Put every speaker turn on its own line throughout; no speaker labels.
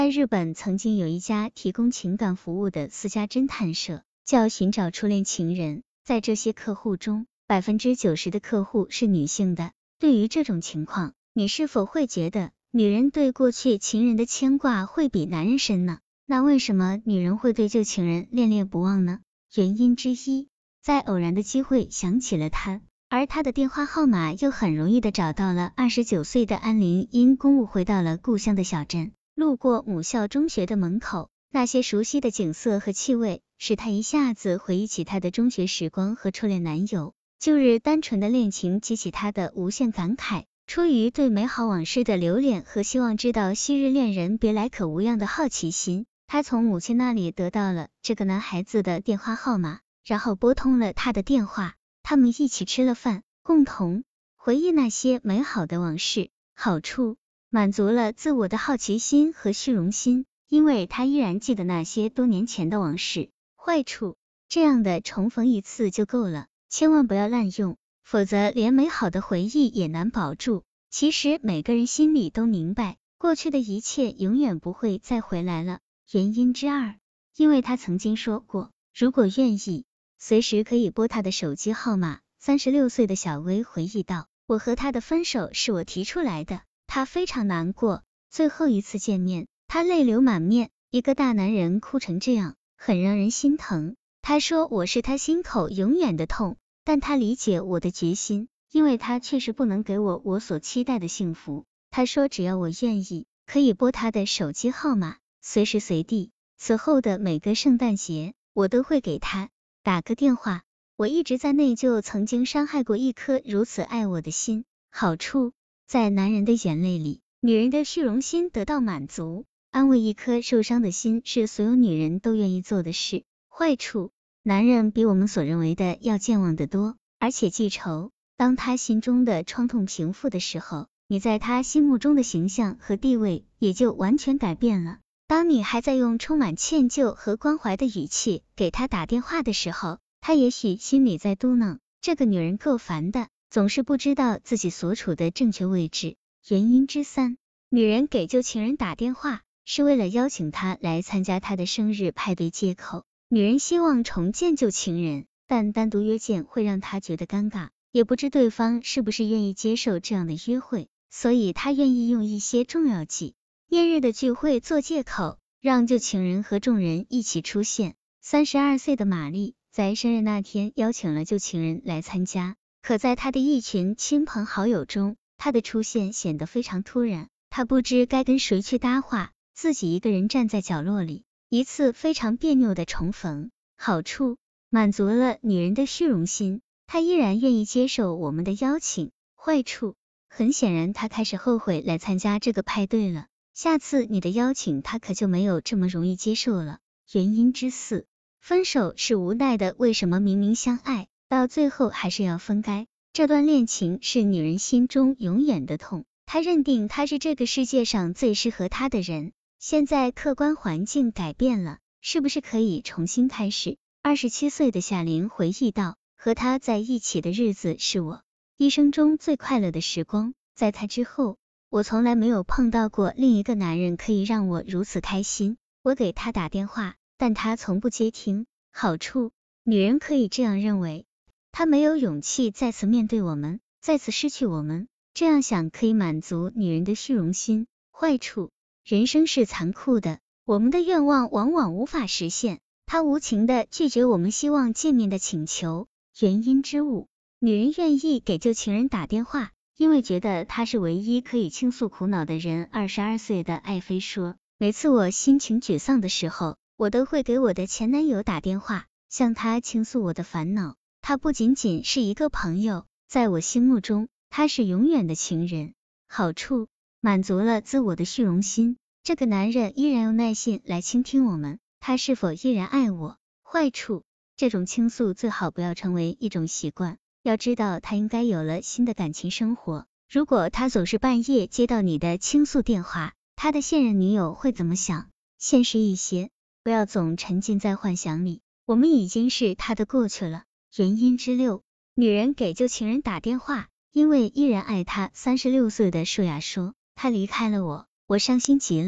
在日本曾经有一家提供情感服务的私家侦探社，叫寻找初恋情人。在这些客户中，90%的客户是女性的。对于这种情况，你是否会觉得女人对过去情人的牵挂会比男人深呢？那为什么女人会对旧情人恋恋不忘呢？原因之一，在偶然的机会想起了他，而他的电话号码又很容易的找到了。29岁的安玲因公务回到了故乡的小镇，路过母校中学的门口，那些熟悉的景色和气味使他一下子回忆起他的中学时光和初恋男友。旧日单纯的恋情激起他的无限感慨，出于对美好往事的留恋和希望知道昔日恋人别来可无恙的好奇心，他从母亲那里得到了这个男孩子的电话号码，然后拨通了他的电话。他们一起吃了饭，共同回忆那些美好的往事。好处，满足了自我的好奇心和虚荣心，因为他依然记得那些多年前的往事。坏处，这样的重逢一次就够了，千万不要滥用，否则连美好的回忆也难保住。其实每个人心里都明白，过去的一切永远不会再回来了。原因之二，因为他曾经说过，如果愿意，随时可以拨他的手机号码。36岁的小薇回忆道，我和他的分手是我提出来的，他非常难过。最后一次见面，他泪流满面，一个大男人哭成这样，很让人心疼。他说我是他心口永远的痛，但他理解我的决心，因为他确实不能给我所期待的幸福。他说只要我愿意，可以拨他的手机号码，随时随地。此后的每个圣诞节，我都会给他打个电话。我一直在内疚曾经伤害过一颗如此爱我的心。好处，在男人的眼泪里，女人的虚荣心得到满足，安慰一颗受伤的心是所有女人都愿意做的事。坏处，男人比我们所认为的要健忘得多，而且记仇。当他心中的创痛平复的时候，你在他心目中的形象和地位也就完全改变了。当你还在用充满歉疚和关怀的语气给他打电话的时候，他也许心里在嘟囔，这个女人够烦的，总是不知道自己所处的正确位置。原因之三，女人给旧情人打电话，是为了邀请他来参加她的生日派对借口。女人希望重见旧情人，但单独约见会让她觉得尴尬，也不知对方是不是愿意接受这样的约会，所以她愿意用一些重要纪念日的聚会做借口，让旧情人和众人一起出现。32岁的玛丽在生日那天邀请了旧情人来参加，可在她的一群亲朋好友中，她的出现显得非常突然，她不知该跟谁去搭话，自己一个人站在角落里，一次非常别扭的重逢。好处，满足了女人的虚荣心，她依然愿意接受我们的邀请。坏处，很显然她开始后悔来参加这个派对了，下次你的邀请她可就没有这么容易接受了。原因之四，分手是无奈的，为什么明明相爱，到最后还是要分开？这段恋情是女人心中永远的痛，她认定他是这个世界上最适合她的人，现在客观环境改变了，是不是可以重新开始？27岁的夏琳回忆道，和他在一起的日子是我一生中最快乐的时光，在他之后，我从来没有碰到过另一个男人可以让我如此开心。我给他打电话，但他从不接听。好处，女人可以这样认为，他没有勇气再次面对我们，再次失去我们，这样想可以满足女人的虚荣心。坏处，人生是残酷的，我们的愿望往往无法实现，他无情地拒绝我们希望见面的请求。原因之五，女人愿意给旧情人打电话，因为觉得他是唯一可以倾诉苦恼的人。22岁的艾菲说，每次我心情沮丧的时候，我都会给我的前男友打电话，向他倾诉我的烦恼。他不仅仅是一个朋友，在我心目中，他是永远的情人。好处，满足了自我的虚荣心，这个男人依然用耐心来倾听我们，他是否依然爱我？坏处，这种倾诉最好不要成为一种习惯，要知道他应该有了新的感情生活。如果他总是半夜接到你的倾诉电话，他的现任女友会怎么想？现实一些，不要总沉浸在幻想里，我们已经是他的过去了。原因之六，女人给旧情人打电话，因为依然爱他。36岁的舒雅说，他离开了我，我伤心极了，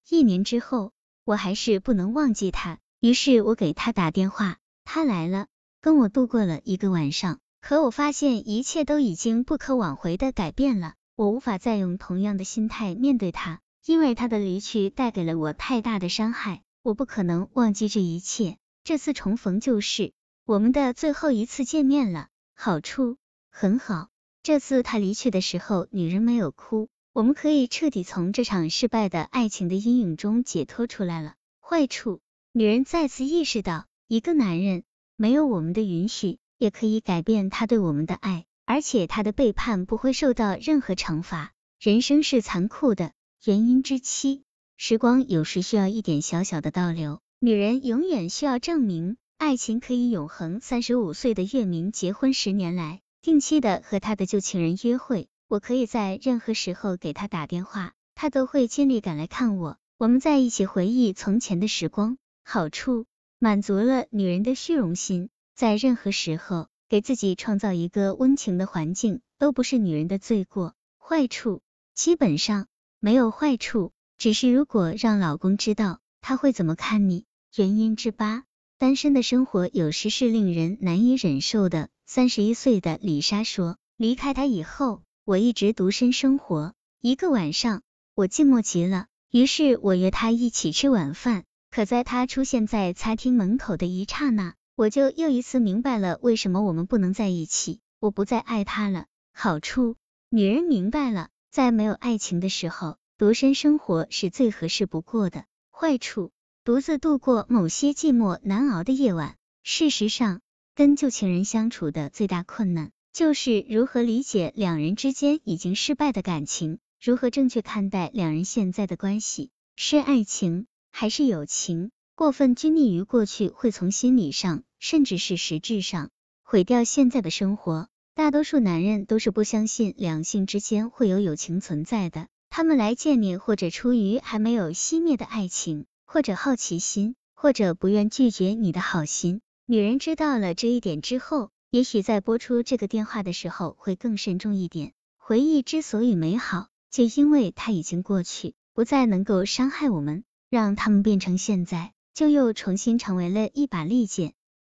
1年之后，我还是不能忘记他，于是我给他打电话，他来了，跟我度过了1个晚上。可我发现一切都已经不可挽回的改变了，我无法再用同样的心态面对他，因为他的离去带给了我太大的伤害，我不可能忘记这一切。这次重逢就是我们的最后一次见面了，好处很好，这次他离去的时候，女人没有哭，我们可以彻底从这场失败的爱情的阴影中解脱出来了。坏处，女人再次意识到，一个男人没有我们的允许，也可以改变他对我们的爱，而且他的背叛不会受到任何惩罚。人生是残酷的，原因之七，时光有时需要一点小小的倒流，女人永远需要证明爱情可以永恒。35岁的月明结婚10年来，定期的和他的旧情人约会，我可以在任何时候给他打电话，他都会尽力赶来看我，我们在一起回忆从前的时光。好处，满足了女人的虚荣心，在任何时候给自己创造一个温情的环境，都不是女人的罪过。坏处，基本上没有坏处，只是如果让老公知道，他会怎么看你。原因之8，单身的生活有时是令人难以忍受的。31岁的李莎说，离开他以后，我一直独身生活。1个晚上，我寂寞极了，于是我约他一起吃晚饭。可在他出现在餐厅门口的一刹那，我就又一次明白了为什么我们不能在一起，我不再爱他了。好处，女人明白了，在没有爱情的时候，独身生活是最合适不过的。坏处，独自度过某些寂寞难熬的夜晚。事实上，跟旧情人相处的最大困难，就是如何理解两人之间已经失败的感情，如何正确看待两人现在的关系，是爱情还是友情。过分拘泥于过去，会从心理上甚至是实质上毁掉现在的生活。大多数男人都是不相信两性之间会有友情存在的，他们来见你，或者出于还没有熄灭的爱情，或者好奇心，或者不愿拒绝你的好心。女人知道了这一点之后，也许在拨出这个电话的时候会更慎重一点。回忆之所以美好，就因为它已经过去，不再能够伤害我们，让它们变成现在，就又重新成为了一把利剑。